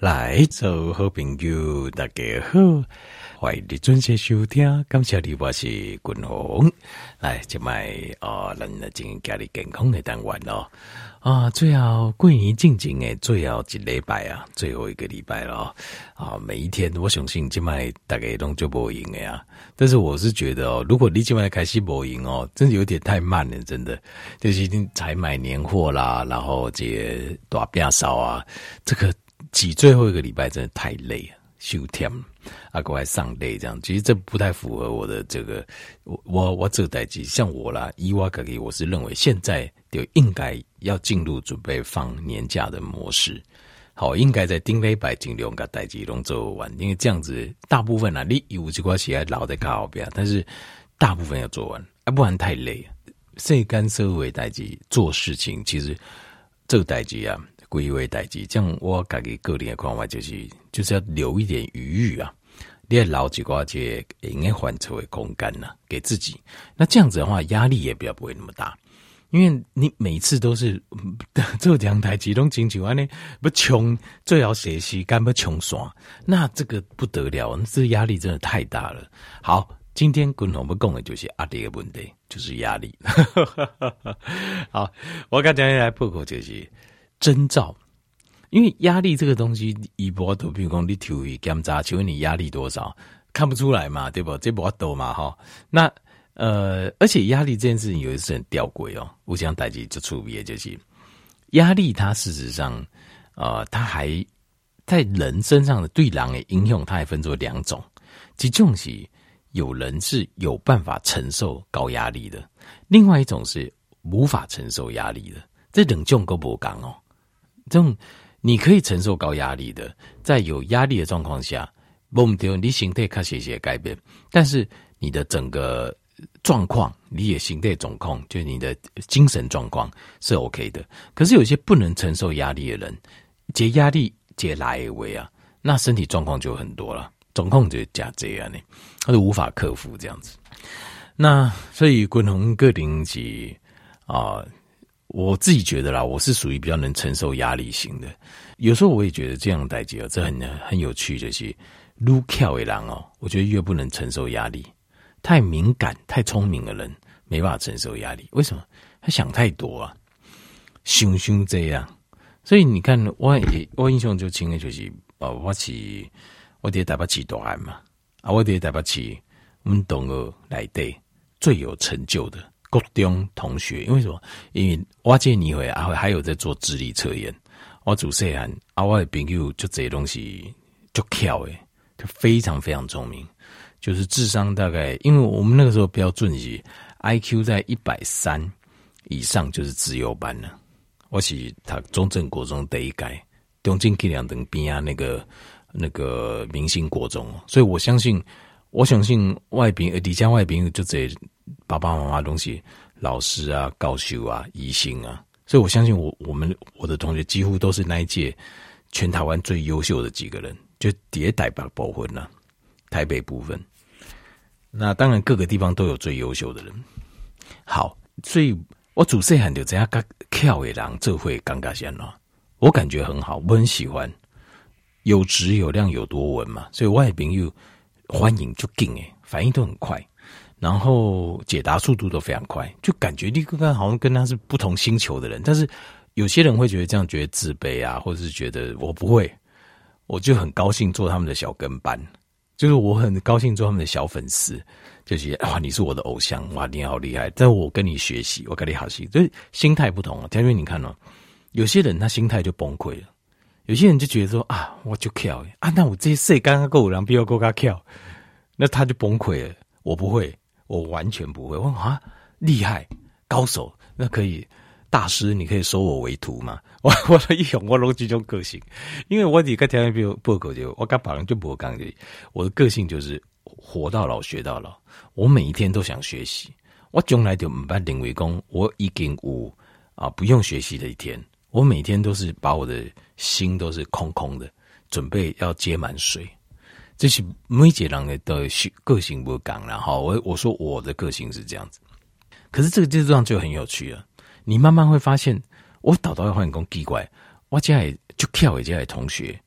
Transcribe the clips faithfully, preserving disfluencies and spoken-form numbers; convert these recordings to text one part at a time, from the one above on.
来，做好朋友，大家好，欢迎你准时收听，感谢你，我是君鸿。来，今摆啊，咱来进行家里健康的单元咯。啊，最后过年进前的最后一礼拜啊，最后一个礼拜了啊，每一天我相信今摆大家都就无闲的啊。但是我是觉得哦，如果你今摆开始无闲哦，真的有点太慢了，真的就是你才买年货啦，然后这大变少啊，这个挤最后一个礼拜真的太累了，休天啊，过来上累这样，其实这不太符合我的这个我我我这个代际，像我啦，以我自己我是认为现在就应该要进入准备放年假的模式，好，应该在顶礼拜尽量把代志拢做完，因为这样子大部分啊，你有一寡时还留在靠后边，但是大部分要做完，啊，不然太累。世间所有的代志做事情，其实这个代志啊。规划代志，这样我自己个人的看法就是就是要留一点余裕啊，你要留一寡这应该缓冲的空间呐，给自己。那这样子的话，压力也比较不会那么大，因为你每次都是做两台机动亲像安尼不穷，最好写时间不穷爽，那这个不得了，这压力真的太大了。好，今天君鸿要讲的就是压力的问题，就是压力。好，我刚才来报告就是征兆，因为压力这个东西，一波都比如讲你体育检查，请问你压力多少？看不出来嘛，对不？这波多嘛哈。那呃，而且压力这件事情有一次很吊诡哦，我想代志就出别就是压力，它事实上呃，它还在人身上的对人的影响，它还分作两种，其中是有人是有办法承受高压力的，另外一种是无法承受压力的，这两种都不同哦。这种你可以承受高压力的，在有压力的状况下，不对，你身体开始些改变，但是你的整个状况，你的身体状况，就是你的精神状况是 OK 的。可是有些不能承受压力的人，这压力这来的为啊，那身体状况就很多了，状况就加这样呢，他就无法克服这样子。那所以君鸿个人是啊。我自己觉得啦，我是属于比较能承受压力型的。有时候我也觉得这样的代志哦，这很很有趣，就是愈巧的人哦，我觉得越不能承受压力。太敏感、太聪明的人没办法承受压力，为什么？他想太多啊，想想这样。所以你看，我我印象就深的就是，呃，我是我伫台北市大汉嘛，啊，我伫台北市我们同学内底最有成就的。高中同学，因为什么？因为我这年会啊，还有在做智力测验。我自细汉啊，我的朋友就这些东西就巧诶，就非常非常聪明，就是智商大概，因为我们那个时候标准是 I Q 在一百三以上就是自由班了。我是他中正国中第一届，中正计量等边啊那个那个明星国中，所以我相信，我相信外宾呃底下外宾就这。爸爸妈妈的东西，老师啊、教授啊、医生啊，所以我相信我我们我的同学几乎都是那一届全台湾最优秀的几个人，就叠台北部分啦，台北部分。那当然各个地方都有最优秀的人。好，所以我自细汉就这样跟巧的人做会尴尬先咯，我感觉很好，我很喜欢，有质有量有多稳嘛，所以我的朋友欢迎就紧诶，反应都很快。然后解答速度都非常快，就感觉你刚刚好像跟他是不同星球的人。但是有些人会觉得这样觉得自卑啊，或者是觉得我不会，我就很高兴做他们的小跟班，就是我很高兴做他们的小粉丝，就是哇你是我的偶像，哇你好厉害，但我跟你学习，我跟你好习，就是心态不同啊。因为你看哦，有些人他心态就崩溃了，有些人就觉得说啊我就跳啊，那我这些刚刚够人比我够他跳，那他就崩溃了。我不会。我完全不会，我说啊，厉害，高手，那可以，大师，你可以收我为徒吗？我我的一种我拢这种个性，因为我伫个条件比报告就，我跟别人就不讲的，我的个性就是活到老学到老，我每一天都想学习，我从来就唔捌认为讲我已经有啊不用学习的一天，我每天都是把我的心都是空空的，准备要接满水。这是每一个人的个性不同啦，哈，我我说我的个性是这样子，可是这个阶段就很有趣了。你慢慢会发现，我导导会换工奇怪，我家也就跳我家的同学，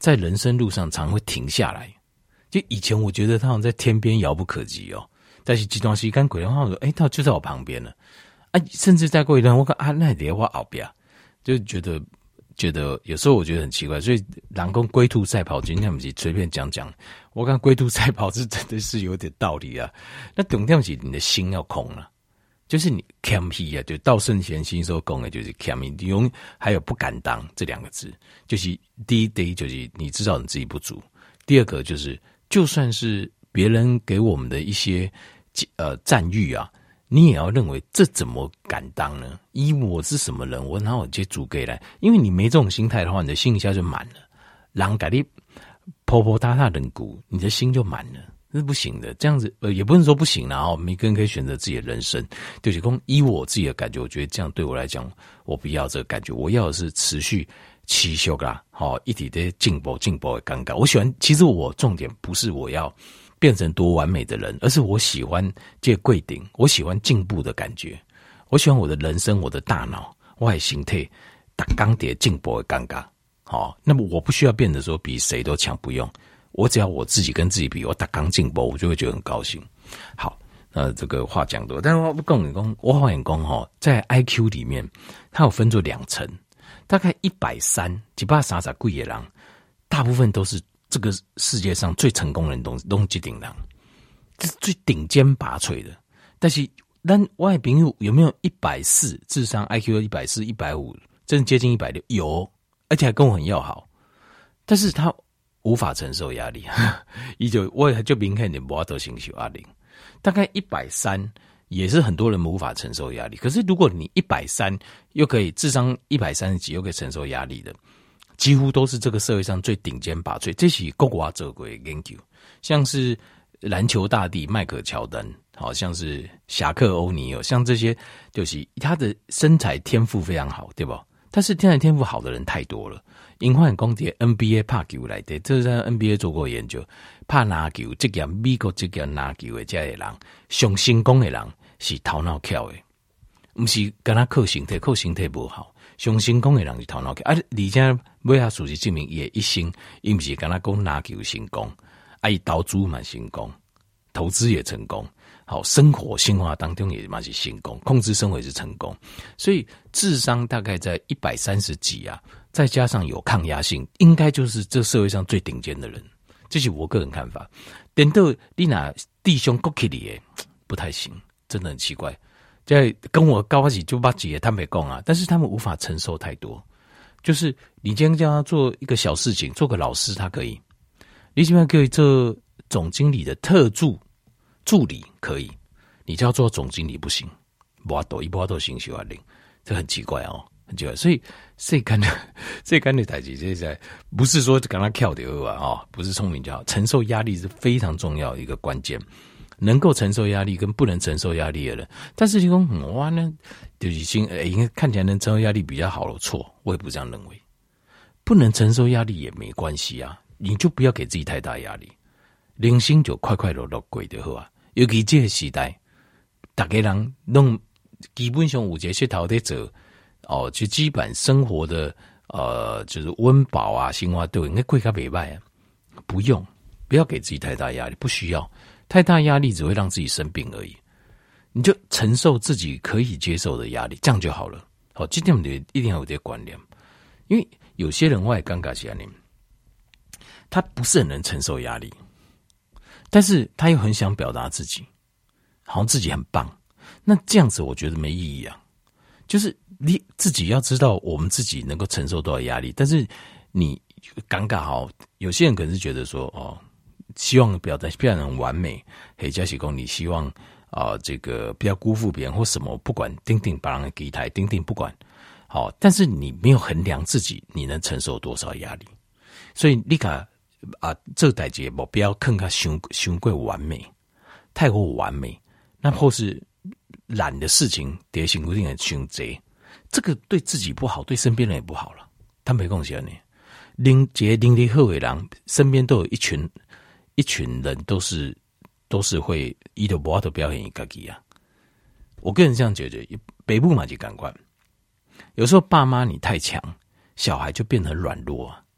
在人生路上常会停下来。就以前我觉得他好像在天边遥不可及哦，但是这段时间鬼的话，我说哎，他就在我旁边了啊！甚至再过一段，我看啊，那在我后边，就觉得觉得有时候我觉得很奇怪，所以人讲龟兔赛跑，今天我们是随便讲讲。我看龟兔赛跑是真的是有点道理啊。那重点是你的心要空了，就是你谦虚啊，就道圣贤心所讲的就是谦虚，你用还有不敢当这两个字，就是第一第一就是你知道你自己不足，第二个就是就算是别人给我们的一些呃赞誉啊，你也要认为这怎么敢当呢？以我是什么人，我哪有这主给来？因为你没这种心态的话，你的心一下就满了，人给你婆婆搭搭人骨，你的心就满了，那是不行的。这样子呃，也不能说不行啦哦，每个人可以选择自己的人生。就是说，以我自己的感觉，我觉得这样对我来讲，我不要这个感觉，我要的是持续持续啦，好、哦，一直在进步进步的尴尬。我喜欢，其实我重点不是我要变成多完美的人，而是我喜欢这跪顶，我喜欢进步的感觉，我喜欢我的人生，我的大脑，我的形态，打钢铁进步的尴尬。好，那么我不需要变得说比谁都强，不用，我只要我自己跟自己比，我打钢进步，我就会觉得很高兴。好，那这个话讲多，但是我跟你讲，我发现讲哈，在 I Q 里面，它有分作两层，大概一百三，几百三十几个人，大部分都是这个世界上最成功的人，都都这顶人，这是最顶尖拔萃的。但是，但我的朋友有没有一百四智商 I Q 一百四、一百五，真的接近一百六？有。而且还跟我很要好，但是他无法承受压力，依旧我也就明显点不得承受压力。大概一百三也是很多人无法承受压力。可是如果你一百三又可以智商一百三十几又可以承受压力的，几乎都是这个社会上最顶尖拔萃。这是各国做过的研究，像是篮球大帝迈克尔乔丹，好像是侠客欧尼尔，像这些就是他的身材天赋非常好，对吧？但是天才天赋好的人太多了，因为讲在 N B A 拍球来的，这是在 N B A 做过研究，拍拿球这个美国这个拿球的这些人，上成功的人是头脑巧的，不是跟他靠身体，靠身体不好，上成功的人是头脑巧，啊，而且尾下事实证明也一生，伊不是跟他讲拿球成功，啊，伊投资嘛成功，投资也成功。好，生活生活当中也蛮是成功，控制生活也是成功，所以智商大概在一百三十几啊，再加上有抗压性，应该就是这社会上最顶尖的人，这是我个人看法。等到你拿弟兄过去里不太行，真的很奇怪。在跟我高起就把几他没讲啊，但是他们无法承受太多。就是你今天叫他做一个小事情，做个老师他可以，你起码可以做总经理的特助。助理可以，你就要做总经理不行，不多一不多行修啊零，这很奇怪哦，很奇怪。所以这干的这干的代志，这在不是说跟他跳的啊、哦，不是聪明就好，承受压力是非常重要的一个关键。能够承受压力跟不能承受压力的人，但是你说、嗯、哇呢，就已经应该看起来能承受压力比较好了，错，我也不这样认为。不能承受压力也没关系啊，你就不要给自己太大压力。人生就快快乐乐过就好啊！尤其这个时代，大家人弄基本上有一个噱头在做哦，就基本生活的呃，就是温饱啊、生活都应该过得不错啊。不用，不要给自己太大压力，不需要太大压力，只会让自己生病而已。你就承受自己可以接受的压力，这样就好了。好，这点我们一定要有这个观念，因为有些人我也尴尬起来，他不是很能承受压力。但是他又很想表达自己，好像自己很棒，那这样子我觉得没意义啊。就是你自己要知道我们自己能够承受多少压力，但是你尴尬好，有些人可能是觉得说哦，希望表达表达很完美，黑加喜公你希望啊、呃、这个不要辜负别人或什么，不管顶顶把人给台顶顶不管好，但是你没有衡量自己你能承受多少压力，所以你看。啊，这个代志目标更加伤伤过完美，太过完美，那或是懒的事情，叠辛苦定很凶贼，这个对自己不好，对身边人也不好了。他没贡献呢，林杰林力后尾狼身边都有一群一群人，都是都是会伊的不好的表现一个己啊。我个人这样觉得，北部嘛就感官，有时候爸妈你太强，小孩就变得很软弱啊。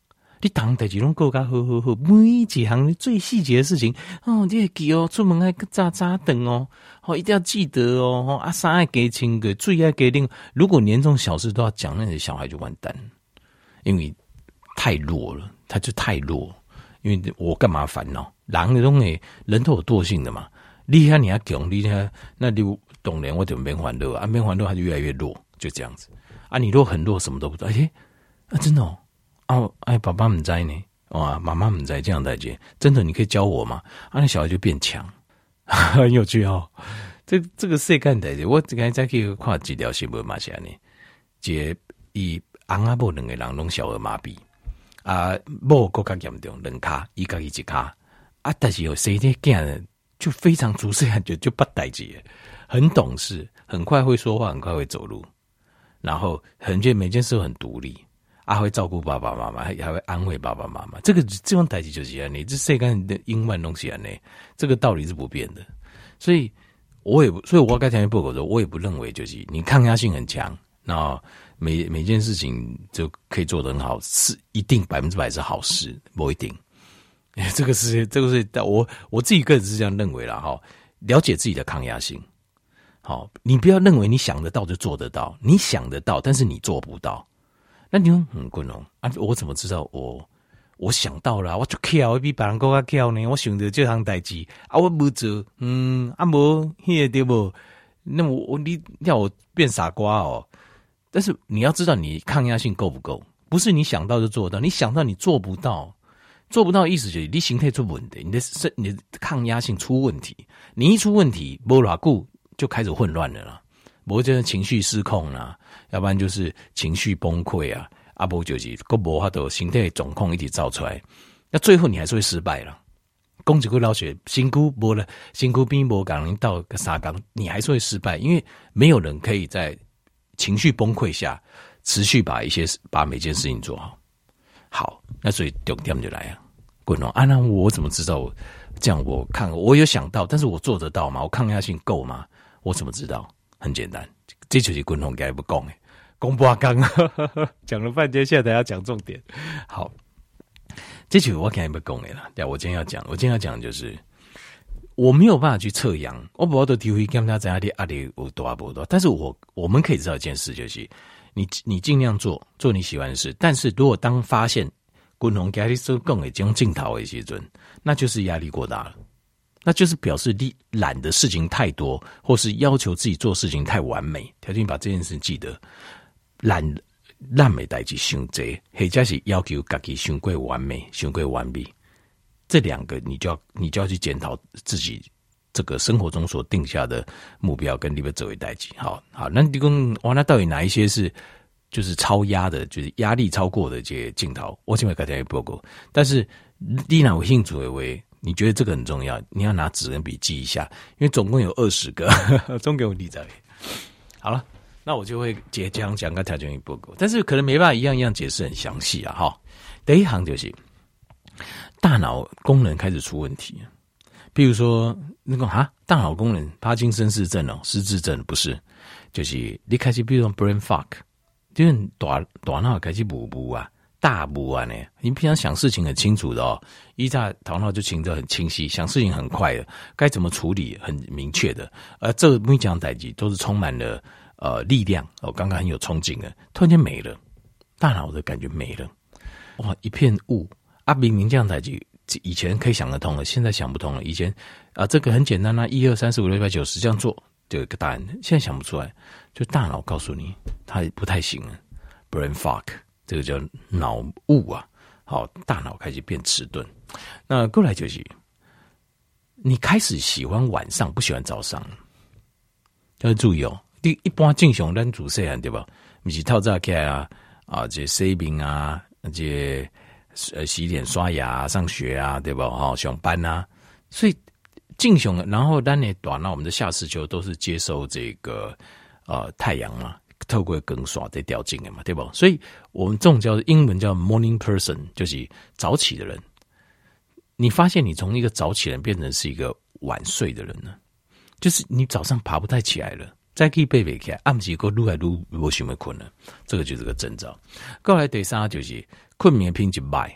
你当代志拢够加好好好，每一行最细节的事情哦，你会记哦，出门还早早等哦，哦，一定要记得哦，哦啊，衫爱给清个，水爱给另。如果连这种小事都要讲，那些小孩就完蛋，因为太弱了，他就太弱。因为我干嘛烦恼？人的东西，人都有惰性的嘛。厉害你要强，厉害那你懂人我就免烦恼啊，免烦恼他就越来越弱，就这样子啊。你若很弱，什么都不知道，哎、啊，真的哦，啊，哎，爸爸不知呢，哇，妈妈不知这样代志，真的你可以教我吗？啊，那小孩就变强，很有趣哦。这这个世界代志，我刚才再去看几条新闻嘛，是安尼，即伊翁仔某两个人拢小儿麻痹。啊，某更加严重，两骹，伊家己一骹啊，但是有生这囝就非常出色，就就不代志，很懂事，很快会说话，很快会走路，然后很觉得每件事都很独立，啊，会照顾爸爸妈妈，还还会安慰爸爸妈妈。这个这种代志就是安尼，这世间的英文东西安尼，这个道理是不变的。所以我也不，所以我刚才报告说，我也不认为就是你抗压性很强，那。每每件事情就可以做得很好，是一定百分之百是好事，不一定。这个是这个是我我自己个人是这样认为啦哈。了解自己的抗压性，好，你不要认为你想得到就做得到，你想得到，但是你做不到，那你说很困难啊！我怎么知道我我想到了、啊，我就巧，我比别人更加巧呢？我想到这项代志啊，我不做，嗯啊无迄个对不？那我我你要我变傻瓜哦？但是你要知道你抗压性够不够，不是你想到就做到，你想到你做不到，做不到的意思就是你形态出问题，你的身你的抗压性出问题，你一出问题，没多久就开始混乱了啦，不就是情绪失控啦，要不然就是情绪崩溃啊，啊不就是各无法度形态状况一起造出来，那最后你还是会失败了。讲一句老实，辛苦无了，辛苦比无讲到个三缸，你还是会失败，因为没有人可以在情绪崩溃下，持续把一些把每件事情做好。好，那所以重点就来啊，滚龙啊！那我怎么知道我这样？我看我有想到，但是我做得到吗？我抗压性够吗？我怎么知道？很简单，这就是滚龙该不讲诶，讲不刚讲了半天，现在要讲重点。好，这就是我该不讲的啦。对，我今天要讲，我今天要讲就是。我没有办法去测量，我不知道体会跟他怎样的压力有多少不多，但是我我们可以知道一件事，就是你你尽量做做你喜欢的事，但是如果当发现滚红压力是更会这种镜头的时阵，那就是压力过大了，那就是表示你懒的事情太多，或是要求自己做事情太完美。条件把这件事记得，懒懒美代志伤济，或者是要求自己伤过完美，伤过完美。这两个你就要你就要去检讨自己这个生活中所定下的目标跟你要做的代志。好好，那你讲哇，那到底哪一些是就是超压的，就是压力超过的这些镜头？我现在刚才也报告，但是你哪有兴趣的为你觉得这个很重要，你要拿纸跟笔记一下，因为总共有二十个，总共有二十个。好了，那我就会接这样讲个条件报告，但是可能没办法一样一样解释很详细啊。哈，第一行就是。大脑功能开始出问题，比如说那个哈，大脑功能帕金森氏症哦，失智症不是，就是你开始比如说 brain fog， 就是大大脑开始模糊啊，大模啊呢。你平常想事情很清楚的哦，一下头脑就清得很清晰，想事情很快的，该怎么处理很明确的。而这每讲代际都是充满了呃力量哦，刚刚很有冲劲的，突然间没了，大脑的感觉没了，哇，一片雾。啊，明明这样台就以前可以想得通了，现在想不通了。以前啊，这个很简单啊，一二三四五六七八九十这样做就有一个答案，现在想不出来，就大脑告诉你它不太行了 ，brain fog， 这个叫脑雾啊。好，大脑开始变迟钝。那过来就是你开始喜欢晚上，不喜欢早上。要注意哦，一一般正常咱自细汉对吧？不是透早起来啊啊，这洗面啊，这。呃，洗脸、刷牙、上学啊，对吧？哈、哦，上班啊，所以正常，然后咱的大脑，我们的下视丘都是接受这个呃太阳嘛，透过光线在掉进的嘛，对吧？所以我们这种叫英文叫 morning person， 就是早起的人。你发现你从一个早起人变成是一个晚睡的人呢，就是你早上爬不太起来了。再可以背背起来，暗时个愈来愈无想要困了，这个就是个征兆。过来第三就是困眠品质歹，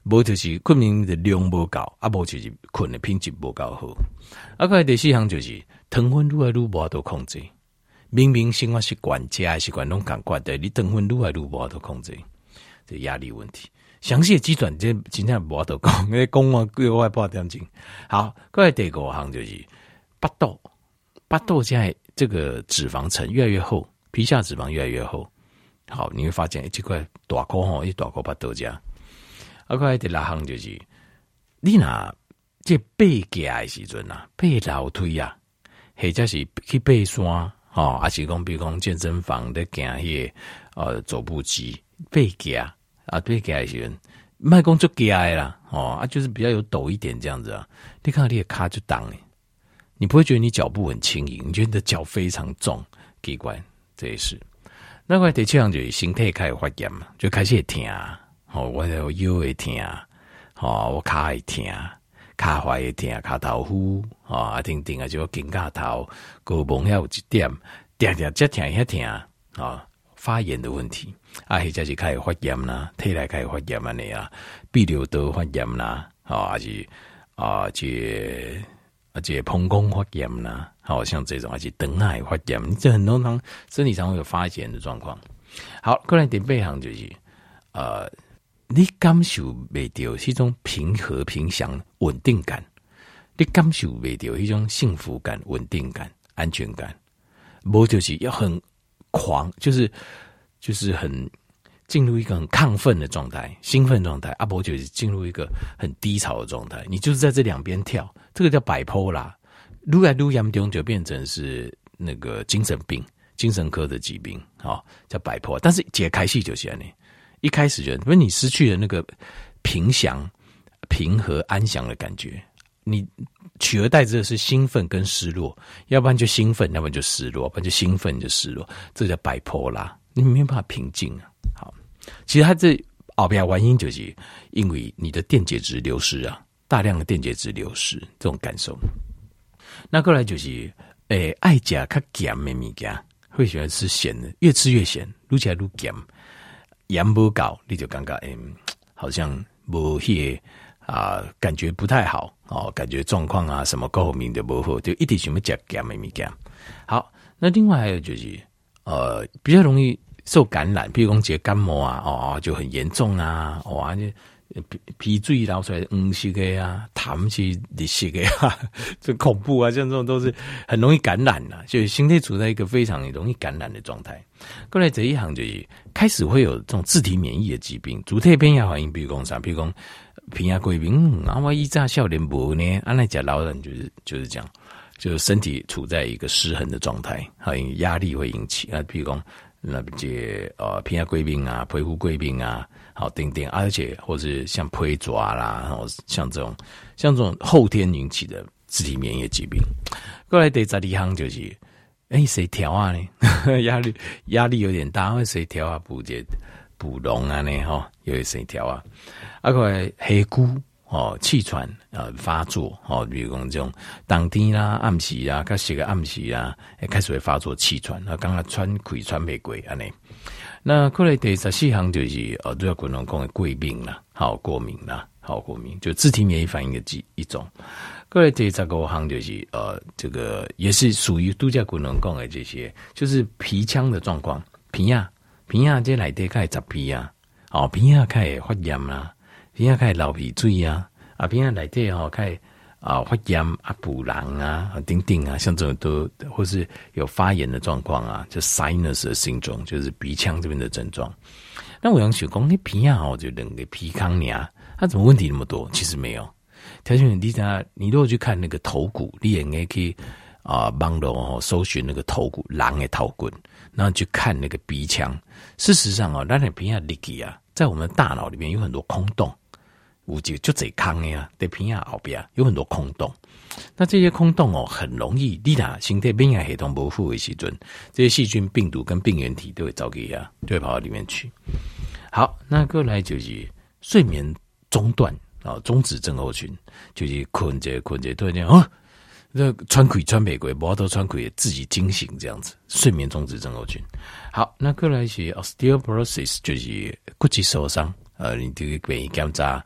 无就是困眠的量无够，啊无就是困的品质无够好。啊，个第四项就是糖分愈来愈无法度控制。明明生活习惯、食的习惯拢共款的，你糖分愈来愈无法度控制，这压力问题。详细的基准这真正无法度讲，因为讲完对我半点钟。好，个第五项就是巴豆，巴豆现在这个脂肪层越来越厚，皮下脂肪越来越厚。好，你会发现这块大颗吼，一大颗巴豆加。啊，个第六项就是你若这爬架的时阵啊，爬楼梯啊，或者是去爬山。哦，还是讲，比如讲健身房在行迄个呃走步机、爬架啊，爬架的时候，卖讲做架的啦，哦啊，就是比较有陡一点这样子啊。你看到你的卡就当诶，你不会觉得你脚步很轻盈，你觉得你的脚非常重，奇怪，这也是。那块第七项就是身体开始发炎嘛，就开始会痛，哦，我的腰会痛，哦，我脚会痛。脚踝会痛，脚头呼啊，停停啊，就颈架头，胳膊遐有一点，定定则痛遐痛啊，发炎的问题啊，或者是开始发炎啦，体内开始发炎安尼啊，泌尿道发炎啦，啊，还是啊，这啊这膀胱发炎啦，好像这种，还是肠癌发炎，这很多人身体上会有发炎的状况。好，过来第八项就是呃。你感受袂到迄种平和、平祥、稳定感，你感受袂到迄种幸福感、稳定感、安全感，无就是要很狂，就是就是很进入一个很亢奋的状态、兴奋状态，啊，无就是进入一个很低潮的状态，你就是在这两边跳，这个叫bipolar啦，愈来愈严重就变成是那个精神病、精神科的疾病，哦，叫bipolar，但是解开戏就是安尼。一开始就，因为你失去了那个平祥、平和、安详的感觉，你取而代之的是兴奋跟失落，要不然就兴奋，要不然就失落，要不然就兴奋就失落，这叫bipolar，你没有办法平静啊。好，其实它这后边原因就是因为你的电解质流失啊，大量的电解质流失这种感受。那过来就是，诶、欸，爱食较咸的物件，会喜欢吃咸的，越吃越咸，愈吃愈咸。盐不够，你就感觉嗯，好像无迄个啊，感觉不太好哦，感觉状况啊，什么各方面都不好，就一直想要吃咸的物件。好，那另外还有就是呃，比较容易受感染，比如讲这感冒啊，哦，就很严重啊，哇，就皮皮水流出来黄色的啊，痰是绿色的啊，这恐怖啊！像这种都是很容易感染的、啊，就身体处在一个非常容易感染的状态。过来这一行就是开始会有这种自体免疫的疾病，主体免疫反应，比如讲啥，比如讲鼻炎、过敏，嗯，啊，我以前少年无呢，啊，那讲老人就是就是这样，就是身体处在一个失衡的状态，还有压力会引起啊，比如讲那些呃鼻炎、过敏啊、皮肤过敏啊。好，等等，而且或是像皮抓啦，然后像这种像这种后天引起的自体免疫疾病。过来第十二项就是，哎，谁调啊呢？压力压力有点大，会谁调啊？补这补龙啊呢？哈，又有谁调啊？啊，过来黑菇哦，气喘呃发作哦，比如讲这种当天啦、暗时啦、甲是个暗时啦，开始会发作气喘，啊，刚刚喘气喘袂过安尼。那过来第十四项就是呃，都要可能讲的过敏啦，好过敏啦，好过敏，就自体免疫反应的一一种。过来第十五项就是呃，这个也是属于度假可能讲的这些，就是皮腔的状况，皮啊皮啊这内底开始杂皮啊，哦皮啊开始发炎啦，皮啊开始流鼻水啊，啊皮啊内底吼开始啊发炎啊补囊啊等等啊，像这种都或是有发炎的状况啊，就 sinus 的症状，就是鼻腔这边的症状。那我想想讲，你鼻啊哦就两个鼻腔呢，它怎么问题那么多？其实没有。条件你讲，你如果去看那个头骨，你也可以啊，网络哦搜寻那个头骨，狼的头骨，然后去看那个鼻腔。事实上哦，那你鼻啊 leaky 啊，在我们的大脑里面有很多空洞。有就就这康的呀，在鼻啊后边有很多空洞，那这些空洞哦，很容易，你若身体免疫系统不好的时阵，这些细菌、病毒跟病原体都会找给呀，就会跑到里面去。好，那过来就是睡眠中断啊，中止症候群，就是困着困着突然间啊，这穿溃穿玫瑰，摩托穿溃自己惊醒这样子，睡眠中止症候群。好，那过来是 osteoporosis， 就是骨质受伤。呃，你这个被检查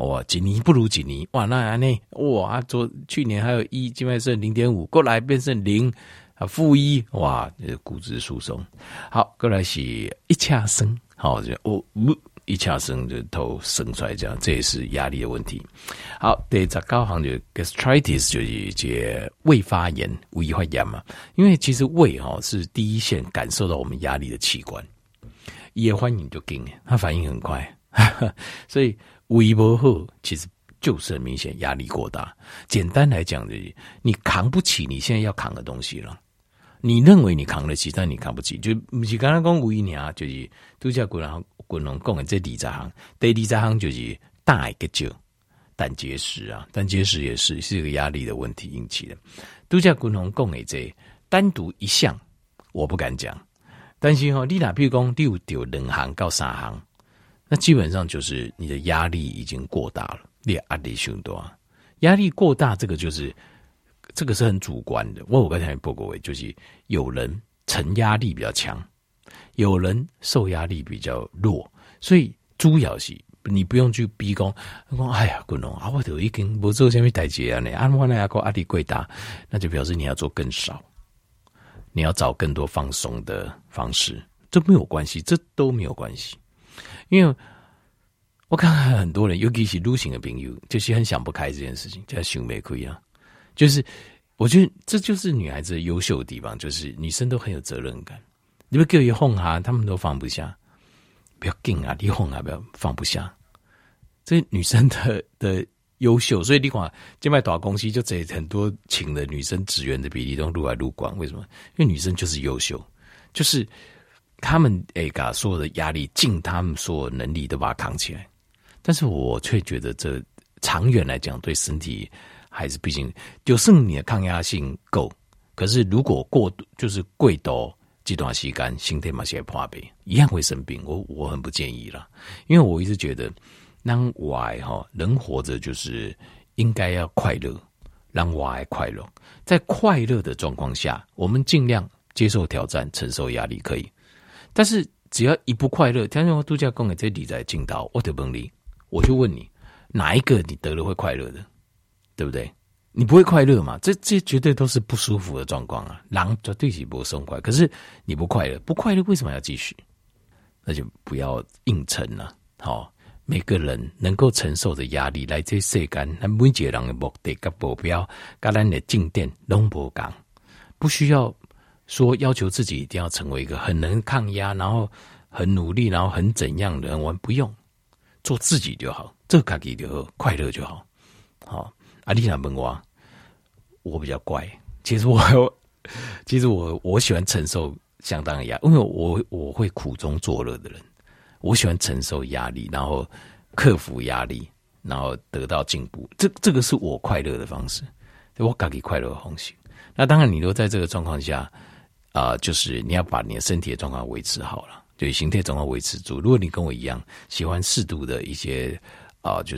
哇，几年不如几年，哇，那安内哇，昨去年还有一，今晚剩零点五，过来变成零啊，负一，哇，股指疏松。好，过来是一恰生，好，就哦，一恰生就头生出来，这样这也是压力的问题。好，第十九项就 gastritis 就是这胃发炎、胃发炎嘛，因为其实胃哈是第一线感受到我们压力的器官，也反应就紧，它反应很快，所以胃不好，其实就是很明显压力过大。简单来讲就是你扛不起你现在要扛的东西了。你认为你扛得起，但你扛不起，就不是刚刚讲胃呢，就是都叫滚龙滚龙讲的这二十项，第二十项就是大一个就胆结石啊，胆结石也是是一个压力的问题引起的。都叫滚龙讲的这单独一项我不敢讲，但是哦，你哪比如讲你有丢两项到三项，那基本上就是你的压力已经过大了，你的压力太大，压力过大这个就是。这个是很主观的，我有跟他报过，就是有人承压力比较强，有人受压力比较弱，所以主要是你不用去逼讲，讲哎呀，滚龙啊，我都已经不做什么代志啊，呢，按我那样个压力过大，那就表示你要做更少，你要找更多放松的方式，这没有关系，这都没有关系，因为我看看很多人，尤其是女性的朋友，就是很想不开这件事情，就想不开啊。就是我觉得这就是女孩子优秀的地方，就是女生都很有责任感。你不给我哄哈，他们都放不下，不要紧啊，你哄啊，不要放不下。这女生的的优秀，所以你看，现在大公司就这很多请的女生职员的比例都入来入广，为什么？因为女生就是优秀，就是他们诶把所有的压力尽他们所有能力都把它扛起来。但是我却觉得这长远来讲对身体。还是毕竟，就算你的抗压性够，可是如果过就是过多这段时间，身体嘛是会破病，一样会生病。我我很不建议啦，因为我一直觉得，让我哈人活着就是应该要快乐，让我爱快乐。在快乐的状况下，我们尽量接受挑战，承受压力可以。但是只要一不快乐，听说度假公园这里在进到我的本里，我就问你，哪一个你得了会快乐的？对不对？你不会快乐嘛？这这绝对都是不舒服的状况啊！狼绝对是不松快，可是你不快乐，不快乐为什么要继续？那就不要硬撑了。好、哦，每个人能够承受的压力，来自世间，咱每一个人的目的跟目标，跟咱的进展拢不同，不需要说要求自己一定要成为一个很能抗压，然后很努力，然后很怎样的人，我们不用做自己就好，这个自己就好，快乐就好。好、哦。啊，你若问我，我比较怪。其实我，其实我我喜欢承受相当的压力，因为我我会苦中作乐的人。我喜欢承受压力，然后克服压力，然后得到进步。这这个是我快乐的方式，我自己快乐的方式。那当然，你都在这个状况下，啊、呃，就是你要把你的身体的状况维持好了，对形态状况维持住。如果你跟我一样喜欢适度的一些啊、呃，就是。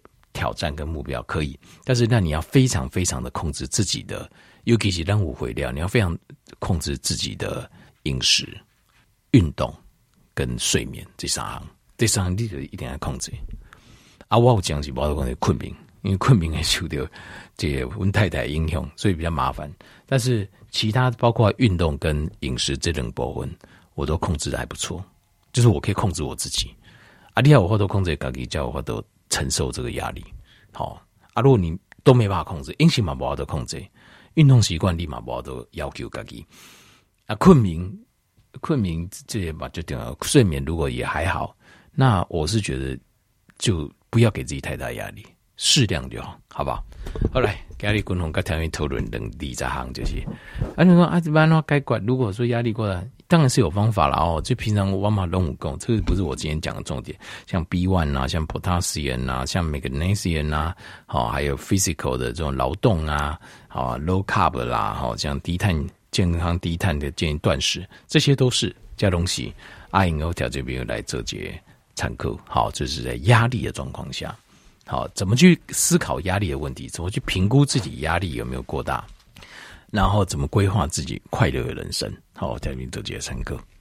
挑战跟目标可以，但是那你要非常非常的控制自己的，尤其是让我回料，你要非常控制自己的饮食、运动跟睡眠这三项，这三项你就一定要控制。啊，我有讲是我都讲的困眠，因为困眠会受到这个阮太太影响，所以比较麻烦。但是其他包括运动跟饮食这两部分，我都控制的还不错，就是我可以控制我自己。啊，你要有法度控制自己，叫有法度承受这个压力，好啊！如果你都没办法控制，饮食嘛无法度控制，运动习惯你嘛无法度要求自己啊。困眠，困眠这些嘛就重要。睡眠如果也还好，那我是觉得就不要给自己太大压力，适量就好，好不好？好来，今日共同跟团员讨论两二十项，就是啊，你说啊，怎么样解决？如果说压力过大。当然是有方法啦哦，就平常我嘛拢有讲，这个不是我今天讲的重点。像 B 一 啊，像 potassium 啊，像 magnesium 啊，好，还有 physical 的这种劳动啊，好 low carb 啦，好，像低碳健康低碳的建议断食，这些都是加东西。阿英欧条这边来做节参考，好，这是在压力的状况下，好，怎么去思考压力的问题，怎么去评估自己压力有没有过大。然后怎么规划自己快乐的人生？好，在这边做这些参考。